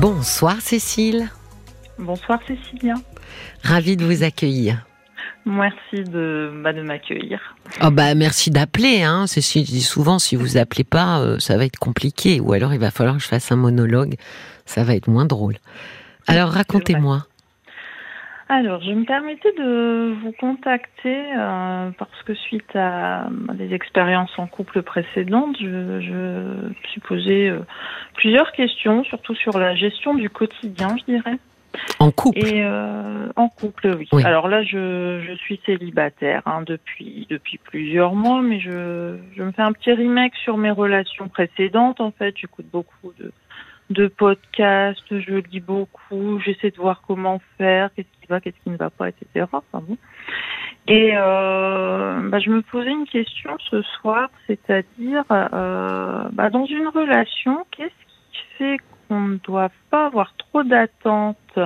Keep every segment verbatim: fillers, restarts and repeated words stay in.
Bonsoir Cécile. Bonsoir Cécilia. Ravie de vous accueillir. Merci de, bah, de m'accueillir. Oh bah merci d'appeler, hein. Cécile dit souvent si vous appelez pas, euh, ça va être compliqué, ou alors il va falloir que je fasse un monologue, ça va être moins drôle. Alors racontez-moi. Alors je me permettais de vous contacter euh, parce que suite à, à des expériences en couple précédentes, je, je me suis posé euh, plusieurs questions, surtout sur la gestion du quotidien, je dirais. En couple. Et euh, en couple, oui. oui. Alors là, je, je suis célibataire hein, depuis depuis plusieurs mois, mais je, je me fais un petit remake sur mes relations précédentes. En fait, j'écoute beaucoup de de podcasts, je lis beaucoup, j'essaie de voir comment faire, qu'est-ce qui va, qu'est-ce qui ne va pas, et cetera. Enfin bon. Et euh, bah, je me posais une question ce soir, c'est-à-dire euh, bah, dans une relation, qu'est-ce qui fait qu'on ne doit pas avoir trop d'attentes euh,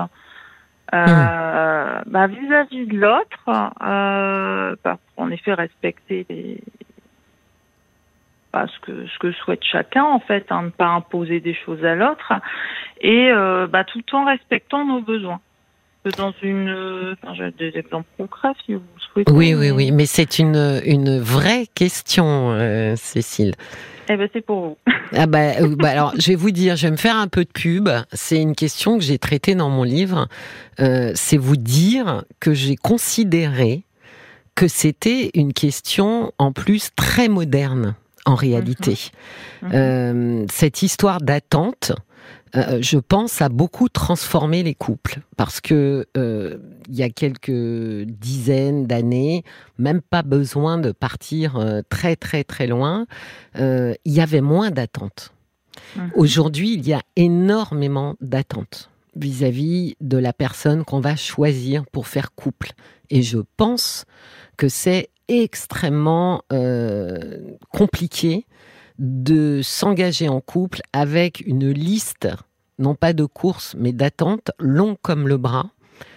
mmh. bah, vis-à-vis de l'autre, euh, bah, pour en effet respecter les, bah, ce que ce que souhaite chacun en fait, hein, ne pas imposer des choses à l'autre, et euh, bah, tout en respectant nos besoins. Dans une, enfin, j'ai des exemples concrets si vous souhaitez. Oui, oui, oui, mais c'est une une vraie question, euh, Cécile. Eh ben, c'est pour vous. Ah bah, bah alors, je vais vous dire, je vais me faire un peu de pub. C'est une question que j'ai traitée dans mon livre. Euh, c'est vous dire que j'ai considéré que c'était une question en plus très moderne en réalité. Mmh. Euh, cette histoire d'attente, euh, je pense, a beaucoup transformé les couples parce que euh, il y a quelques dizaines d'années, même pas besoin de partir euh, très très très loin, euh, il y avait moins d'attentes. Mmh. Aujourd'hui, il y a énormément d'attentes vis-à-vis de la personne qu'on va choisir pour faire couple. Et je pense que c'est extrêmement euh, compliqué de s'engager en couple avec une liste, non pas de courses, mais d'attentes, longue comme le bras.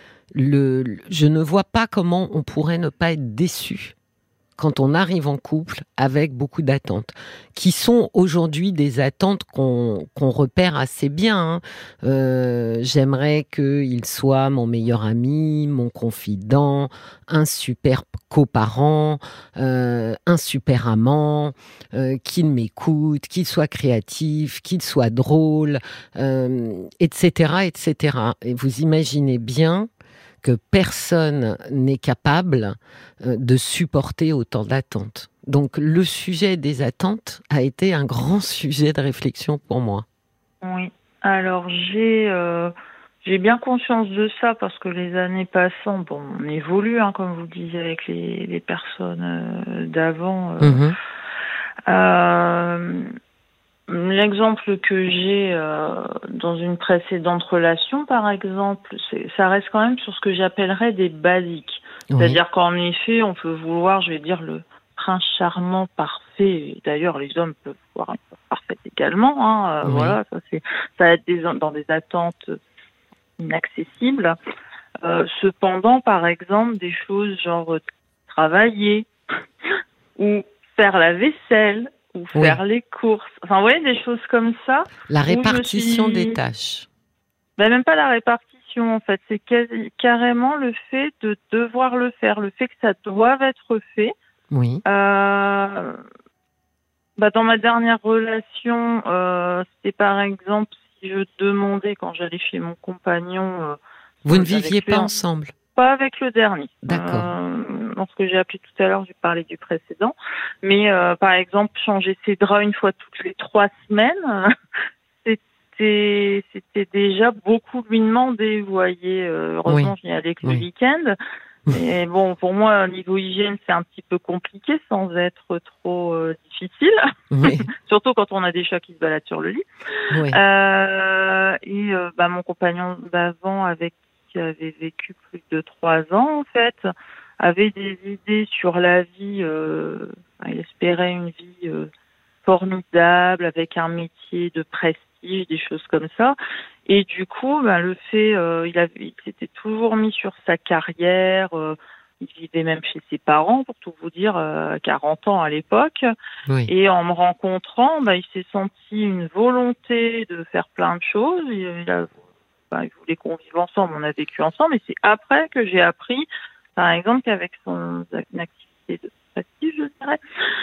Le, je ne vois pas comment on pourrait ne pas être déçu quand on arrive en couple avec beaucoup d'attentes, qui sont aujourd'hui des attentes qu'on, qu'on repère assez bien. Hein. Euh, j'aimerais qu'il soit mon meilleur ami, mon confident, un super coparent, euh, un super amant, euh, qu'il m'écoute, qu'il soit créatif, qu'il soit drôle, euh, et cetera, et cetera. Et vous imaginez bien que personne n'est capable de supporter autant d'attentes. Donc le sujet des attentes a été un grand sujet de réflexion pour moi. Oui, alors j'ai, euh, j'ai bien conscience de ça parce que les années passant, bon, on évolue, hein, comme vous le disiez, avec les, les personnes euh, d'avant. Euh, mmh. euh, L'exemple que j'ai euh, dans une précédente relation, par exemple, c'est, ça reste quand même sur ce que j'appellerais des basiques. Oui. C'est-à-dire qu'en effet, on peut vouloir, je vais dire, le prince charmant parfait. D'ailleurs, les hommes peuvent vouloir une femme parfaite également. Hein, oui. Voilà, ça, c'est, ça va être des, dans des attentes inaccessibles. Euh, cependant, par exemple, des choses genre travailler ou faire la vaisselle, ou faire oui. les courses. Enfin, vous voyez, des choses comme ça. La répartition suis... des tâches. Ben, même pas la répartition, en fait. C'est quasi... carrément le fait de devoir le faire, le fait que ça doive être fait. Oui. Euh... Ben, dans ma dernière relation, euh, c'était par exemple si je demandais, quand j'allais chez mon compagnon... Euh, vous ne viviez pas ensemble? Pas avec le dernier. D'accord. Euh, dans ce que j'ai appelé tout à l'heure, j'ai parlé du précédent. Mais euh, par exemple, changer ses draps une fois toutes les trois semaines, c'était c'était déjà beaucoup lui demander. Vous voyez, euh, heureusement, oui. je n'y allais que oui. le week-end. Et bon, pour moi, niveau hygiène, c'est un petit peu compliqué sans être trop euh, difficile. Oui. Surtout quand on a des chats qui se baladent sur le lit. Oui. Euh, et euh, bah, mon compagnon d'avant, avec qui avait vécu plus de trois ans, en fait, avait des idées sur la vie. Euh, il espérait une vie euh, formidable, avec un métier de prestige, des choses comme ça. Et du coup, ben, le fait, euh, il, avait, il s'était toujours mis sur sa carrière, euh, il vivait même chez ses parents, pour tout vous dire, euh, quarante ans à l'époque. Oui. Et en me rencontrant, bah, il s'est senti une volonté de faire plein de choses. Il, il, a, bah, il voulait qu'on vive ensemble, on a vécu ensemble. Et c'est après que j'ai appris, par exemple, qu'avec son une activité de prestige, je dirais,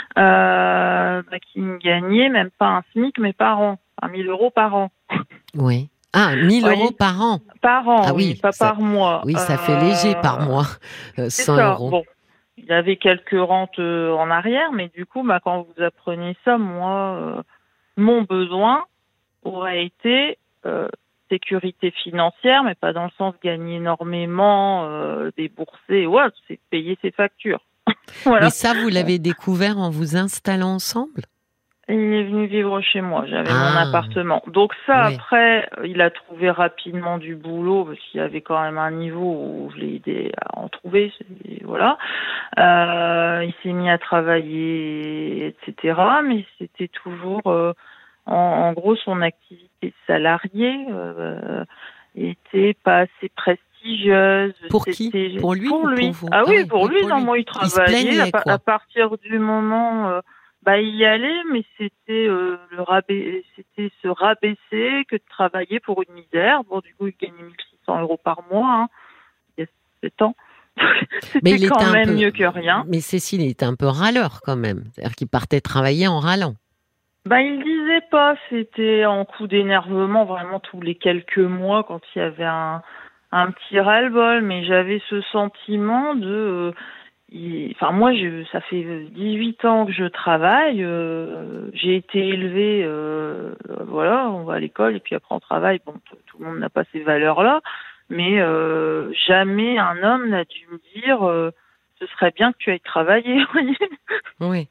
euh, bah, qu'il gagnait même pas un SMIC, mais par an, enfin, mille euros par an. Oui. Ah, mille euros par an. Par an, Ah oui, oui, pas ça, par mois. oui, ça euh, fait léger par mois, euh, c'est cent ça. euros. Bon, il avait quelques rentes euh, en arrière, mais du coup, bah, quand vous apprenez ça, moi, euh, mon besoin aurait été euh, sécurité financière, mais pas dans le sens gagner énormément, euh, débourser, ouais, c'est payer ses factures. Voilà. Mais ça, vous l'avez découvert en vous installant ensemble? Il est venu vivre chez moi, j'avais Ah, mon appartement. Donc ça, oui. après, il a trouvé rapidement du boulot, parce qu'il y avait quand même un niveau où je l'ai aidé à en trouver, et voilà. Euh, il s'est mis à travailler, et cetera. Mais c'était toujours, euh, en, en gros, son activité salariée euh, était pas assez prestigieuse. Pour qui? C'était Pour lui pour ou lui. pour vous? Ah oui, oui, pour oui, lui. pour Non, lui. moi, il Il se travaillait plaignait, à, quoi. à partir du moment. Euh, bah, il y allait, mais c'était euh, le rabais, c'était se rabaisser que de travailler pour une misère. Bon, du coup, il gagnait mille six cents euros par mois, hein, il y a sept ans. Mais C'était il quand était un même peu... mieux que rien. Mais Cécile, il était un peu râleur quand même. C'est-à-dire qu'il partait travailler en râlant. Bah, il disait pas, c'était en coup d'énervement, vraiment tous les quelques mois quand il y avait un, un petit ras-le-bol, mais j'avais ce sentiment de... euh, il- Enfin, moi, je, ça fait dix-huit ans que je travaille. euh, j'ai été élevée, euh, voilà, on va à l'école et puis après on travaille. Bon, t- tout le monde n'a pas ces valeurs-là, mais euh, jamais un homme n'a dû me dire euh, ce serait bien que tu ailles travailler. Vous voyez. Oui.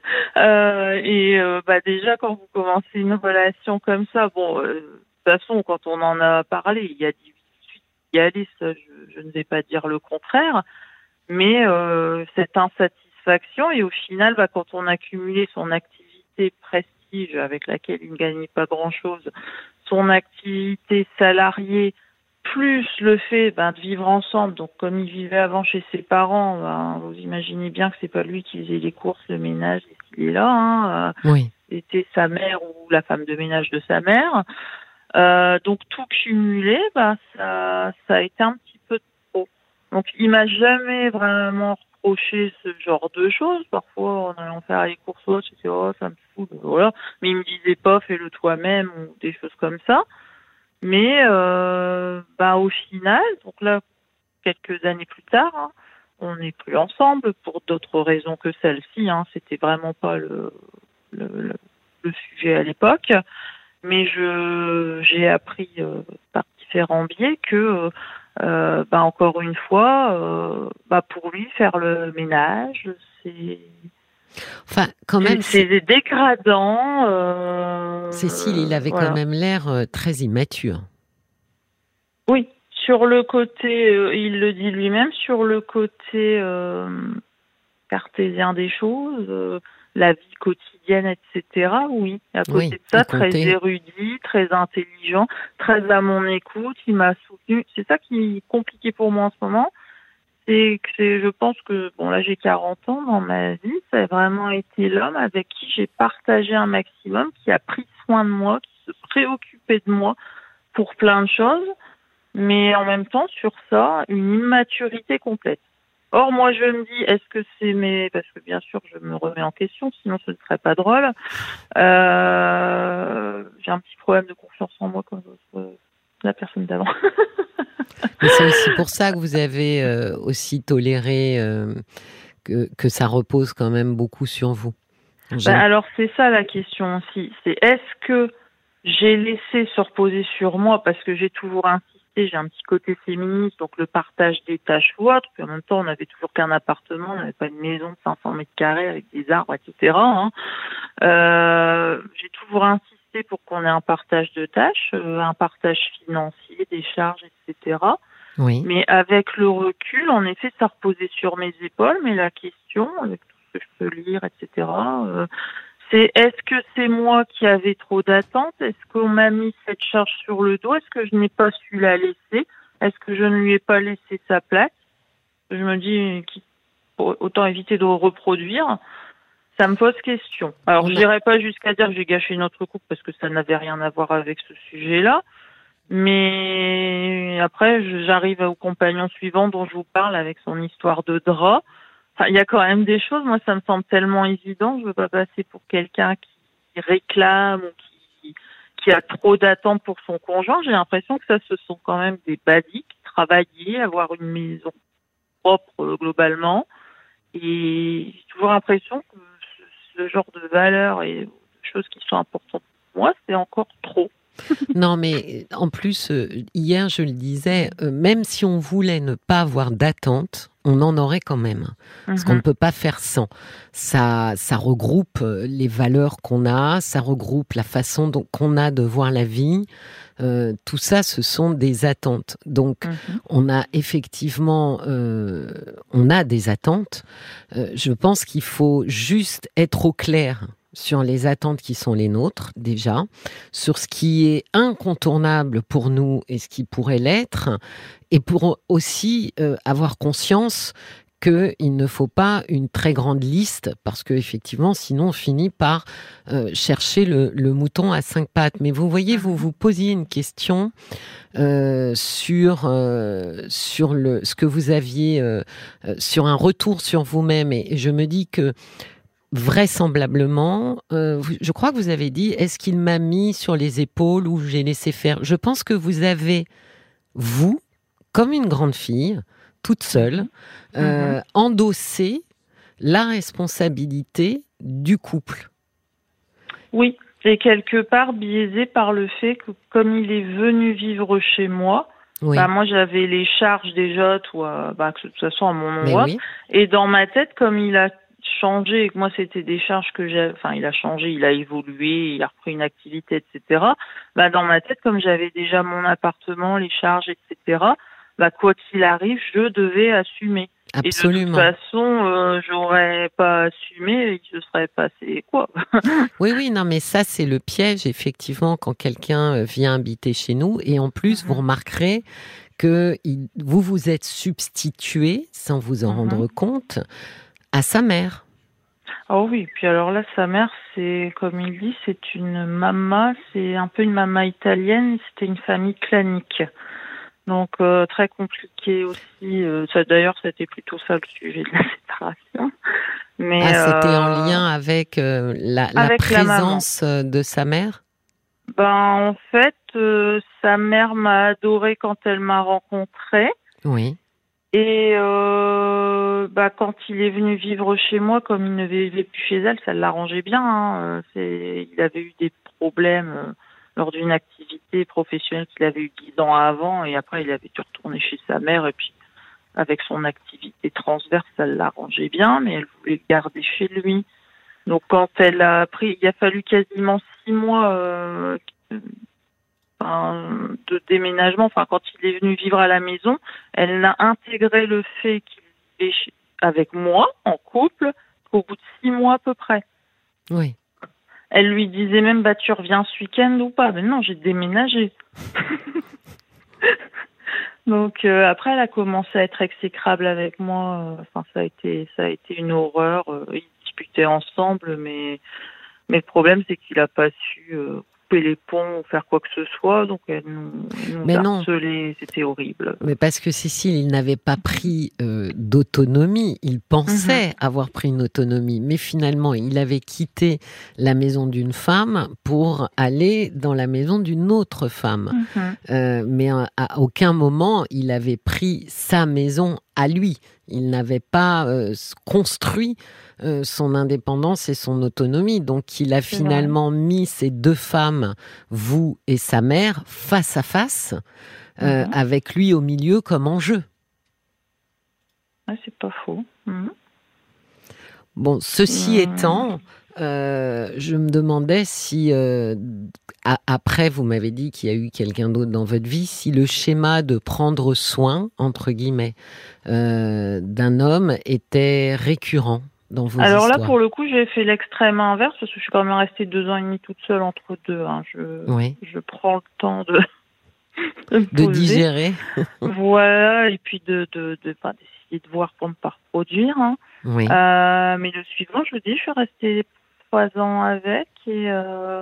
Euh, et euh, bah déjà quand vous commencez une relation comme ça, bon, euh, de toute façon quand on en a parlé, il y a dix-huit suite y aller, ça, je, je ne vais pas dire le contraire. Mais euh, cette insatisfaction, et au final, bah, quand on a cumulé son activité prestige avec laquelle il ne gagnait pas grand-chose, son activité salariée, plus le fait bah, de vivre ensemble, donc comme il vivait avant chez ses parents, bah, vous imaginez bien que c'est pas lui qui faisait les courses, le ménage, et qu'il est là, hein, euh, Oui. c'était sa mère ou la femme de ménage de sa mère. Euh, donc tout cumulé, bah, ça, ça a été un petit peu trop. Donc il m'a jamais vraiment reproché ce genre de choses. Parfois, en allant faire les courses, oh, je disais, oh, ça me fout, voilà. Mais il me disait pas, fais-le toi-même ou des choses comme ça. Mais euh, bah, au final, donc là, quelques années plus tard, hein, on n'est plus ensemble pour d'autres raisons que celle-ci. Hein. C'était vraiment pas le, le, le, le sujet à l'époque. Mais je j'ai appris euh, par différents biais que euh, bah encore une fois euh, bah pour lui faire le ménage c'est Enfin, quand même, c'est, c'est dégradant. Euh, Cécile, il avait voilà. quand même l'air euh, très immature. Oui, sur le côté, euh, il le dit lui-même, sur le côté euh, cartésien des choses, euh, la vie quotidienne, et cetera. Oui, à côté Oui, de ça, il très comptait. érudit, très intelligent, très à mon écoute. Il m'a soutenu. C'est ça qui est compliqué pour moi en ce moment. C'est que c'est, je pense que, bon là j'ai quarante ans dans ma vie, ça a vraiment été l'homme avec qui j'ai partagé un maximum, qui a pris soin de moi, qui se préoccupait de moi pour plein de choses, mais en même temps sur ça, une immaturité complète. Or, moi, je me dis, est-ce que c'est mes... Parce que bien sûr, je me remets en question, sinon ce ne serait pas drôle. Euh... J'ai un petit problème de confiance en moi comme la personne d'avant. Mais c'est aussi pour ça que vous avez euh, aussi toléré euh, que, que ça repose quand même beaucoup sur vous. Ben, alors, c'est ça la question aussi. C'est est-ce que j'ai laissé se reposer sur moi parce que j'ai toujours insisté, j'ai un petit côté féministe, donc le partage des tâches ou autre, puis en même temps, on n'avait toujours qu'un appartement, on n'avait pas une maison de cinq cents mètres carrés avec des arbres, et cetera. Hein. Euh, j'ai toujours insisté pour qu'on ait un partage de tâches, euh, un partage financier, des charges, et cetera. Oui. Mais avec le recul, en effet, ça reposait sur mes épaules, mais la question, avec tout ce que je peux lire, et cetera, euh, c'est est-ce que c'est moi qui avais trop d'attentes? Est-ce qu'on m'a mis cette charge sur le dos? Est-ce que je n'ai pas su la laisser? Est-ce que je ne lui ai pas laissé sa place? Je me dis, qu'il faut autant éviter de reproduire. Ça me pose question. Alors, je n'irai pas jusqu'à dire que j'ai gâché notre couple parce que ça n'avait rien à voir avec ce sujet-là. Mais après, j'arrive au compagnon suivant dont je vous parle avec son histoire de drap. Enfin, il y a quand même des choses. Moi, ça me semble tellement évident. Je veux pas passer pour quelqu'un qui réclame ou qui, qui a trop d'attentes pour son conjoint. J'ai l'impression que ça, ce sont quand même des basiques. Travailler, avoir une maison propre euh, globalement. Et j'ai toujours l'impression que ce, ce genre de valeurs et de choses qui sont importantes pour moi, c'est encore trop. Non, mais en plus, euh, hier, je le disais, euh, même si on voulait ne pas avoir d'attente, on en aurait quand même. Parce mm-hmm. qu'on ne peut pas faire sans. Ça, ça regroupe les valeurs qu'on a, ça regroupe la façon dont, qu'on a de voir la vie. Euh, tout ça, ce sont des attentes. Donc, mm-hmm. on a effectivement, euh, on a des attentes. Euh, je pense qu'il faut juste être au clair sur les attentes qui sont les nôtres, déjà, sur ce qui est incontournable pour nous et ce qui pourrait l'être, et pour aussi euh, avoir conscience qu'il ne faut pas une très grande liste, parce qu'effectivement, sinon, on finit par euh, chercher le, le mouton à cinq pattes. Mais vous voyez, vous vous posiez une question euh, sur, euh, sur le, ce que vous aviez, euh, sur un retour sur vous-même, et, et je me dis que vraisemblablement, euh, je crois que vous avez dit, est-ce qu'il m'a mis sur les épaules ou j'ai laissé faire ? Je pense que vous avez, vous, comme une grande fille, toute seule, euh, mmh. endossé la responsabilité du couple. Oui, et quelque part biaisé par le fait que comme il est venu vivre chez moi, oui. bah moi j'avais les charges déjà, toi, bah, de toute façon à mon endroit, oui. et dans ma tête, comme il a changé et que moi c'était des charges que j'ai, enfin il a changé, il a évolué, il a repris une activité, et cetera. Bah dans ma tête, comme j'avais déjà mon appartement, les charges, et cetera. Bah quoi qu'il arrive, je devais assumer. Absolument. Et de toute façon, euh, j'aurais pas assumé, il se serait passé quoi. Oui, oui, non, mais ça c'est le piège effectivement quand quelqu'un vient habiter chez nous, et en plus mm-hmm. vous remarquerez que il, vous vous êtes substitué sans vous en mm-hmm. rendre compte à sa mère. Oh oui, puis alors là, sa mère, c'est, comme il dit, c'est une mama, c'est un peu une mama italienne, c'était une famille clanique. Donc, euh, très compliqué aussi. Euh, ça, d'ailleurs, c'était plutôt ça le sujet de la séparation. Mais, ah, c'était euh, en lien avec, euh, la, la avec présence la de sa mère ? Ben, en fait, euh, sa mère m'a adorée quand elle m'a rencontrée. Oui. Et euh, bah, quand il est venu vivre chez moi, comme il ne vivait plus chez elle, ça l'arrangeait bien. Hein. C'est, il avait eu des problèmes euh, lors d'une activité professionnelle qu'il avait eu dix ans avant, et après il avait dû retourner chez sa mère, et puis avec son activité transverse, ça l'arrangeait bien, mais elle voulait le garder chez lui. Donc quand elle a pris, il a fallu quasiment six mois euh, de déménagement, enfin quand il est venu vivre à la maison, elle a intégré le fait qu'il est avec moi, en couple, qu'au bout de six mois à peu près. Oui. Elle lui disait même, bah tu reviens ce week-end ou pas ? Mais non, j'ai déménagé. Donc euh, après, elle a commencé à être exécrable avec moi. Enfin, ça a été, ça a été une horreur. Ils discutaient ensemble, mais mais le problème, c'est qu'il a pas su euh, couper les ponts ou faire quoi que ce soit. Donc elle nous, elle nous harcelait. C'était horrible. Mais parce que Cécile, il n'avait pas pris euh, d'autonomie. Il pensait mm-hmm. avoir pris une autonomie, mais finalement, il avait quitté la maison d'une femme pour aller dans la maison d'une autre femme. Mm-hmm. Euh, mais à, à aucun moment, il avait pris sa maison à lui. Il n'avait pas euh, construit euh, son indépendance et son autonomie. Donc, il a C'est finalement vrai. mis ces deux femmes, vous et sa mère, face à face, euh, mmh. avec lui au milieu comme enjeu. Ouais, c'est pas faux. Mmh. Bon, ceci mmh. étant, euh, je me demandais si, euh, a, après, vous m'avez dit qu'il y a eu quelqu'un d'autre dans votre vie, si le schéma de prendre soin, entre guillemets, euh, d'un homme était récurrent dans vos Alors histoires. Là, pour le coup, j'ai fait l'extrême inverse, parce que je suis quand même restée deux ans et demi toute seule entre deux. Hein. Je, oui. je prends le temps de, de, de digérer. Voilà, et puis de, de, de, de, de essayé de voir pour ne pas reproduire. Hein. Oui. Euh, mais le suivant, je vous dis, je suis restée trois ans avec et euh,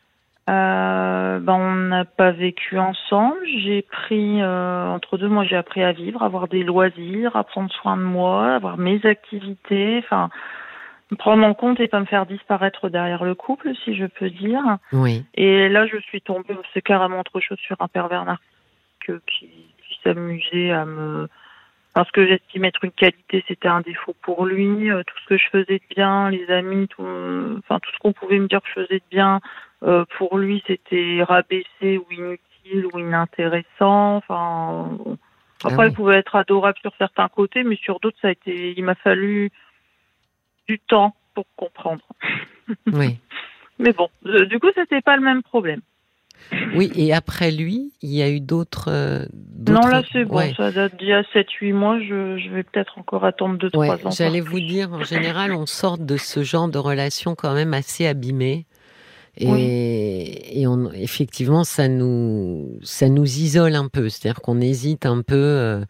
euh, ben, on n'a pas vécu ensemble. J'ai pris, euh, entre deux, moi j'ai appris à vivre, avoir des loisirs, à prendre soin de moi, avoir mes activités, enfin, me prendre en compte et pas me faire disparaître derrière le couple, si je peux dire. Oui. Et là, je suis tombée, c'est carrément autre chose, sur un pervers narcissique qui, qui s'amusait à me... Parce que j'estimais être une qualité, c'était un défaut pour lui. Euh, tout ce que je faisais de bien, les amis, tout, euh, enfin tout ce qu'on pouvait me dire que je faisais de bien, euh, pour lui, c'était rabaissé ou inutile ou inintéressant. Enfin, bon. Après, Ah il oui. pouvait être adorable sur certains côtés, mais sur d'autres, ça a été. Il m'a fallu du temps pour comprendre. Oui. Mais bon, euh, du coup, c'était pas le même problème. Oui, et après lui, il y a eu d'autres... euh, Non, d'autres... là, c'est bon. Ouais. Ça date d'il y a sept huit mois. Je, je vais peut-être encore attendre deux Ouais, trois ans. j'allais voire vous plus. dire, en général, on sort de ce genre de relation quand même assez abîmé. Oui. Et, et on, effectivement, ça nous, ça nous isole un peu. C'est-à-dire qu'on hésite un peu euh,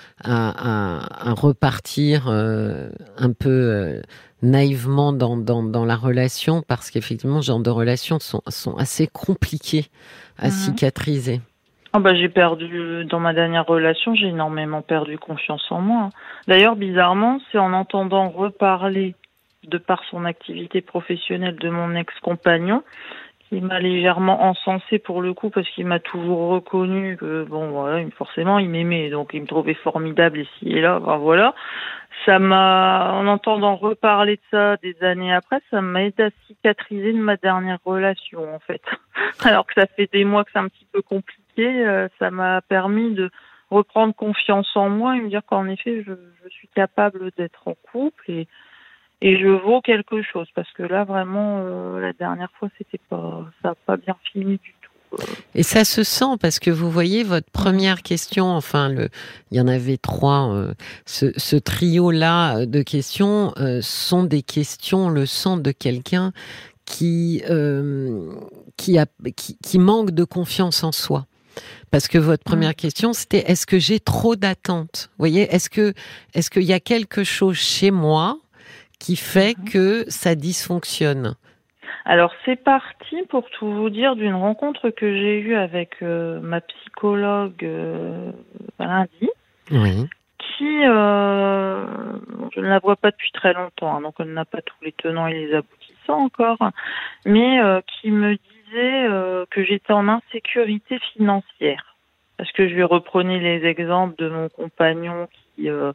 à, à, à repartir euh, un peu euh, naïvement dans, dans, dans la relation parce qu'effectivement, ce genre de relations sont, sont assez compliquées à Mhm. cicatriser. Ah bah, j'ai perdu, dans ma dernière relation, j'ai énormément perdu confiance en moi. D'ailleurs, bizarrement, c'est en entendant reparler, de par son activité professionnelle, de mon ex-compagnon, qui m'a légèrement encensé pour le coup, parce qu'il m'a toujours reconnu que, bon, voilà, forcément, il m'aimait, donc il me trouvait formidable ici et là, enfin, voilà. Ça m'a, en entendant reparler de ça des années après, ça m'a aidé à cicatriser de ma dernière relation, en fait. Alors que ça fait des mois que c'est un petit peu compliqué, euh, ça m'a permis de reprendre confiance en moi et me dire qu'en effet, je, je suis capable d'être en couple et, et je vaux quelque chose. Parce que là, vraiment, euh, la dernière fois, c'était pas, ça n'a pas bien fini du tout. Euh, Et ça se sent parce que vous voyez votre première question, enfin le, il y en avait trois, euh, ce, ce trio-là de questions euh, sont des questions, on le sent de quelqu'un qui, euh, qui, a, qui, qui manque de confiance en soi. Parce que votre première question, c'était est-ce que j'ai trop d'attentes? Vous voyez, est-ce que, est-ce qu'il y a quelque chose chez moi qui fait que ça dysfonctionne? Alors c'est parti, pour tout vous dire, d'une rencontre que j'ai eue avec euh, ma psychologue euh, lundi, Oui. qui, euh, je ne la vois pas depuis très longtemps, hein, donc elle n'a pas tous les tenants et les aboutissants encore, mais euh, qui me disait euh, que j'étais en insécurité financière. Parce que je lui reprenais les exemples de mon compagnon qui... Euh,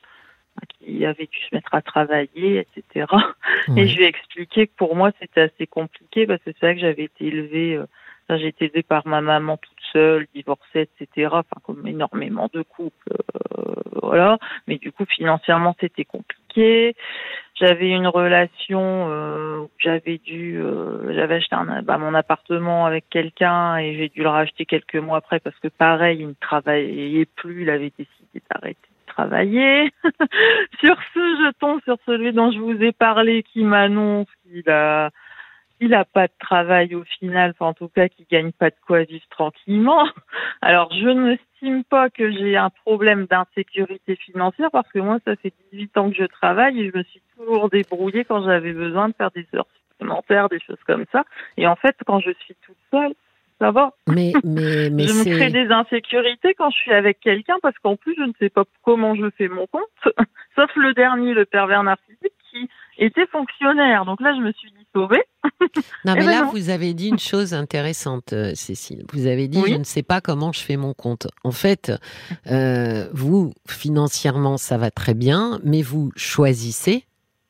qui avait dû se mettre à travailler, et cetera. Et je Oui. lui ai expliqué que pour moi, c'était assez compliqué parce que c'est vrai que j'avais été élevée, euh, enfin, j'ai été élevée par ma maman toute seule, divorcée, et cetera. Enfin, comme énormément de couples, euh, voilà. Mais du coup, financièrement, c'était compliqué. J'avais une relation euh, où j'avais dû, euh, j'avais acheté un, bah, mon appartement avec quelqu'un et j'ai dû le racheter quelques mois après parce que pareil, il ne travaillait plus, il avait décidé d'arrêter de travailler. Sur ce, je tombe sur celui dont je vous ai parlé qui m'annonce qu'il a il a pas de travail au final, enfin en tout cas qui gagne pas de quoi vivre tranquillement. Alors je ne estime pas que j'ai un problème d'insécurité financière parce que moi ça fait dix-huit ans que je travaille et je me suis toujours débrouillée quand j'avais besoin de faire des heures supplémentaires, des choses comme ça. Et en fait quand je suis toute seule, ça va. Mais, mais, mais Je me crée c'est... des insécurités quand je suis avec quelqu'un parce qu'en plus je ne sais pas comment je fais mon compte, sauf le dernier, le pervers narcissique qui était fonctionnaire. Donc là je me suis dit sauvée. Non, Eh mais ben là, non. vous avez dit une chose intéressante, euh, Cécile. Vous avez dit, je Oui. ne sais pas comment je fais mon compte. En fait, euh, vous, financièrement, ça va très bien, mais vous choisissez,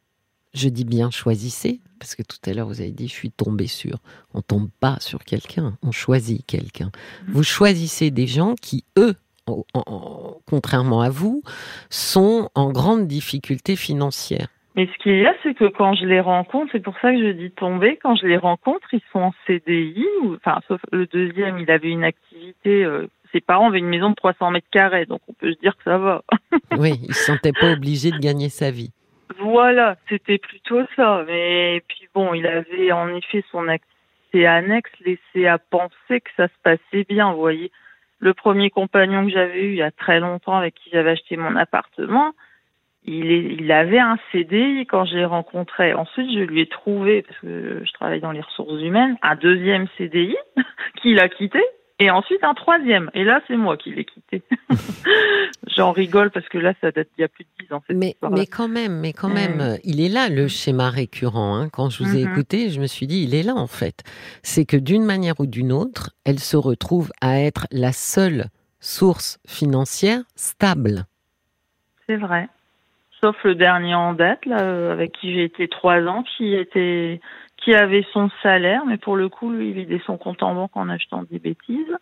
je dis bien choisissez, parce que tout à l'heure, vous avez dit, je suis tombée sur. On tombe pas sur quelqu'un, on choisit quelqu'un. Vous choisissez des gens qui, eux, en- en- contrairement à vous, sont en grande difficulté financière. Mais ce qu'il y a, c'est que quand je les rencontre, c'est pour ça que je dis tomber, quand je les rencontre, ils sont en C D I, ou, enfin, sauf le deuxième, il avait une activité, euh, ses parents avaient une maison de trois cents mètres carrés, donc on peut se dire que ça va. Oui, il se sentait pas obligé de gagner sa vie. Voilà, c'était plutôt ça. Mais puis bon, il avait en effet son activité annexe laissé à penser que ça se passait bien, vous voyez. Le premier compagnon que j'avais eu il y a très longtemps, avec qui j'avais acheté mon appartement, il, est, il avait un C D I quand je l'ai rencontré. Ensuite, je lui ai trouvé, parce que je travaille dans les ressources humaines, un deuxième C D I qu'il a quitté. Et ensuite un troisième. Et là, c'est moi qui l'ai quitté. J'en rigole parce que là, ça date d'il y a plus de dix ans. Cette mais, mais quand même, mais quand même, mmh. il est là le schéma récurrent. Hein. Quand je vous ai mmh. écouté, je me suis dit, il est là en fait. C'est que d'une manière ou d'une autre, elle se retrouve à être la seule source financière stable. C'est vrai. Sauf le dernier en date, là, avec qui j'ai été trois ans, qui était... qui avait son salaire, mais pour le coup, lui, il vidait son compte en banque en achetant des bêtises.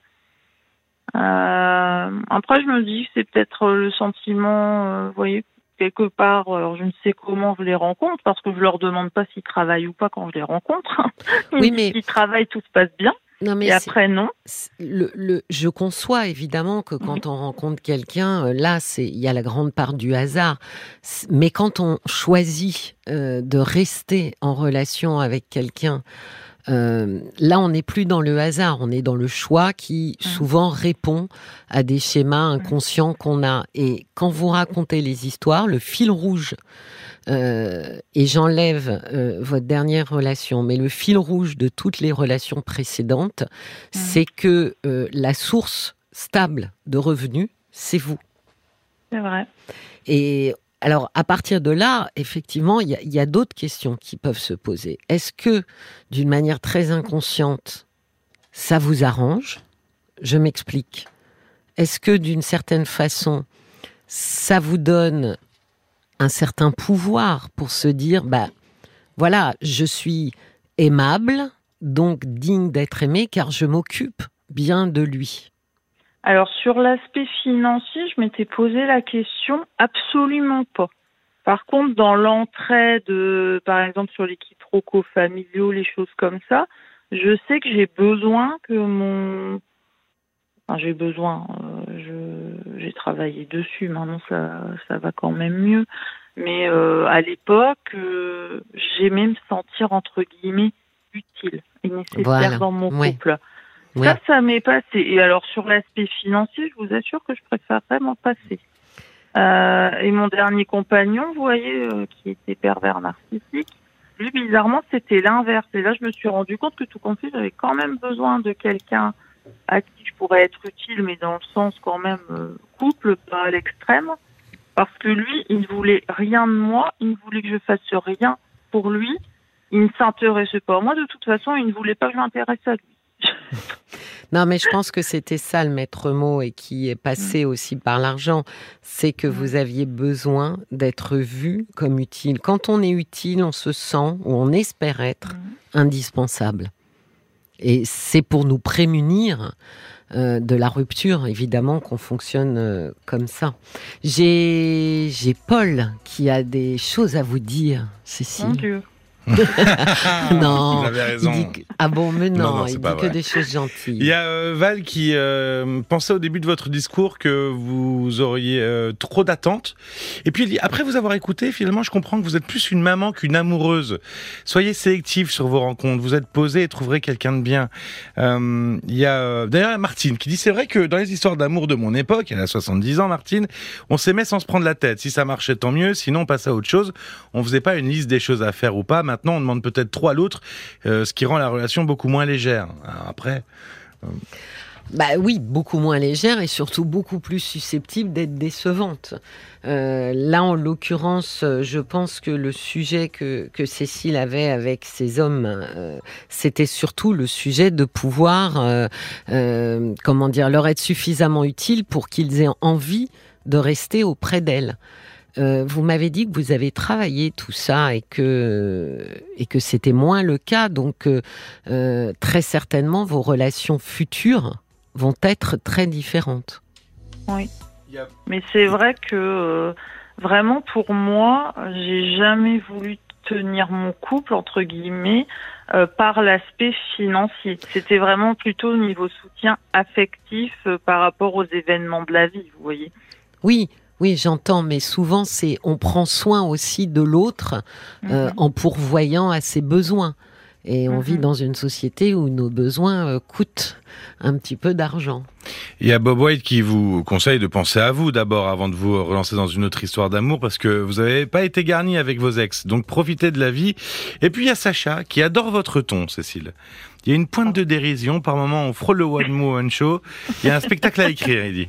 Euh, après, je me dis que c'est peut-être le sentiment, euh, vous voyez, quelque part, alors je ne sais comment je les rencontre, parce que je leur demande pas s'ils travaillent ou pas quand je les rencontre. Ils oui, mais s'ils travaillent, tout se passe bien. Non, mais et après, non. Le, le, je conçois évidemment que quand on rencontre quelqu'un, là, c'est, il y a la grande part du hasard. Mais quand on choisit euh, de rester en relation avec quelqu'un, euh, là, on n'est plus dans le hasard, on est dans le choix qui souvent répond à des schémas inconscients qu'on a. Et quand vous racontez les histoires, le fil rouge, Euh, et j'enlève euh, votre dernière relation, mais le fil rouge de toutes les relations précédentes, mmh. c'est que euh, la source stable de revenus, c'est vous. C'est vrai. Et alors, à partir de là, effectivement, il y, y a d'autres questions qui peuvent se poser. Est-ce que, d'une manière très inconsciente, ça vous arrange ? Je m'explique. Est-ce que, d'une certaine façon, ça vous donne un certain pouvoir pour se dire, bah, voilà, je suis aimable, donc digne d'être aimé, car je m'occupe bien de lui. Alors, sur l'aspect financier, je m'étais posé la question, absolument pas. Par contre, dans l'entraide, de, par exemple, sur les quiproquos familiaux, les choses comme ça, je sais que j'ai besoin que mon... Enfin, j'ai besoin, euh, je, j'ai travaillé dessus, maintenant ça, ça va quand même mieux. Mais euh, à l'époque, euh, j'aimais me sentir, entre guillemets, utile et nécessaire voilà. dans mon ouais. couple. Ouais. Ça, ça m'est passé. Et alors, sur l'aspect financier, je vous assure que je préfère vraiment passer. Euh, et mon dernier compagnon, vous voyez, euh, qui était pervers narcissique, lui, bizarrement, c'était l'inverse. Et là, je me suis rendu compte que tout compte fait, j'avais quand même besoin de quelqu'un à qui je pourrais être utile, mais dans le sens quand même euh, couple, pas à l'extrême. Parce que lui, il ne voulait rien de moi, il ne voulait que je fasse rien pour lui, il ne s'intéressait pas à moi, de toute façon, il ne voulait pas que je m'intéresse à lui. Non, mais je pense que c'était ça le maître mot et qui est passé mmh. aussi par l'argent, c'est que mmh. vous aviez besoin d'être vu comme utile. Quand on est utile, on se sent, ou on espère être, mmh. indispensable. Et c'est pour nous prémunir euh, de la rupture, évidemment, qu'on fonctionne euh, comme ça. J'ai, j'ai Paul qui a des choses à vous dire, Cécile. Mon Dieu. Non, vous avez raison. Il dit que... Ah bon, mais non, non, non il dit que vrai. Des choses gentilles. Il y a euh, Val qui euh, pensait au début de votre discours que vous auriez euh, trop d'attentes. Et puis il dit, après vous avoir écouté, finalement, je comprends que vous êtes plus une maman qu'une amoureuse. Soyez sélectif sur vos rencontres. Vous êtes posé et trouverez quelqu'un de bien. Euh, il y a euh, d'ailleurs Martine qui dit, c'est vrai que dans les histoires d'amour de mon époque, elle a soixante-dix ans, Martine, on s'aimait sans se prendre la tête. Si ça marchait, tant mieux. Sinon, on passait à autre chose. On faisait pas une liste des choses à faire ou pas. Maintenant, on demande peut-être trop à l'autre, euh, ce qui rend la relation beaucoup moins légère. Alors après... Euh... Bah oui, beaucoup moins légère et surtout beaucoup plus susceptible d'être décevante. Euh, là, en l'occurrence, je pense que le sujet que, que Cécile avait avec ces hommes, euh, c'était surtout le sujet de pouvoir, euh, euh, comment dire, leur être suffisamment utile pour qu'ils aient envie de rester auprès d'elle. Euh, vous m'avez dit que vous avez travaillé tout ça et que, et que c'était moins le cas. Donc, euh, euh, très certainement, vos relations futures vont être très différentes. Oui. Mais c'est vrai que, euh, vraiment, pour moi, j'ai jamais voulu tenir mon couple, entre guillemets, euh, par l'aspect financier. C'était vraiment plutôt au niveau soutien affectif euh, par rapport aux événements de la vie, vous voyez. Oui. Oui, j'entends, mais souvent, c'est on prend soin aussi de l'autre euh, mmh. en pourvoyant à ses besoins. Et on mmh. vit dans une société où nos besoins euh, coûtent un petit peu d'argent. Il y a Bob White qui vous conseille de penser à vous d'abord avant de vous relancer dans une autre histoire d'amour parce que vous n'avez pas été garni avec vos ex. Donc profitez de la vie. Et puis il y a Sacha qui adore votre ton, Cécile. Il y a une pointe de dérision. Par moment, on frôle le one woman show. Il y a un spectacle à écrire, il dit.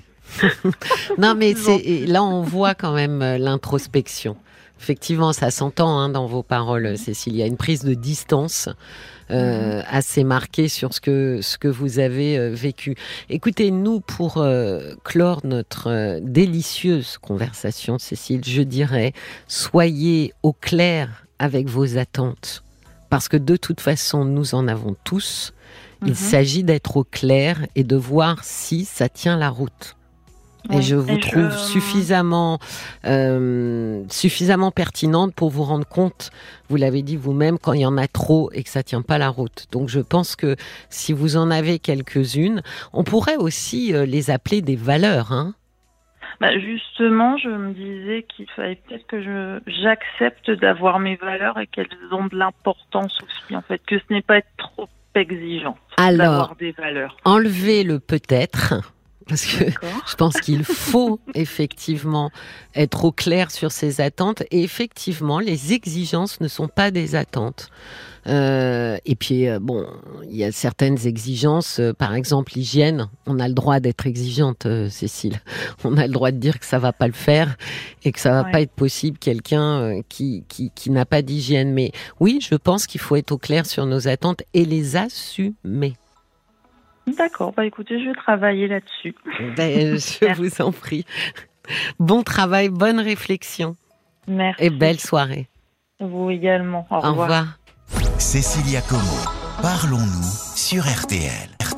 Non, mais c'est, là, on voit quand même l'introspection. Effectivement, ça s'entend hein, dans vos paroles, Cécile. Il y a une prise de distance euh, assez marquée sur ce que, ce que vous avez euh, vécu. Écoutez, nous, pour euh, clore notre euh, délicieuse conversation, Cécile, je dirais, soyez au clair avec vos attentes. Parce que de toute façon, nous en avons tous. Il mm-hmm. s'agit d'être au clair et de voir si ça tient la route. Et oui, je vous et trouve je... suffisamment, euh, suffisamment pertinente pour vous rendre compte, vous l'avez dit vous-même, quand il y en a trop et que ça ne tient pas la route. Donc je pense que si vous en avez quelques-unes, on pourrait aussi euh, les appeler des valeurs. Hein. Bah justement, je me disais qu'il fallait peut-être que je, j'accepte d'avoir mes valeurs et qu'elles ont de l'importance aussi, en fait, que ce n'est pas être trop exigeant d'avoir des valeurs. Enlevez le peut-être. Parce que D'accord. je pense qu'il faut effectivement être au clair sur ses attentes. Et effectivement, les exigences ne sont pas des attentes. Euh, et puis, euh, bon, il y a certaines exigences. Euh, par exemple, l'hygiène. On a le droit d'être exigeante, euh, Cécile. On a le droit de dire que ça va pas le faire et que ça va ouais. pas être possible quelqu'un euh, qui, qui, qui n'a pas d'hygiène. Mais oui, je pense qu'il faut être au clair sur nos attentes et les assumer. D'accord, bah écoutez, je vais travailler là-dessus. Ben, je vous en prie. Bon travail, bonne réflexion. Merci. Et belle soirée. Vous également. Au revoir. Au revoir. Cécilia Como, parlons-nous sur R T L.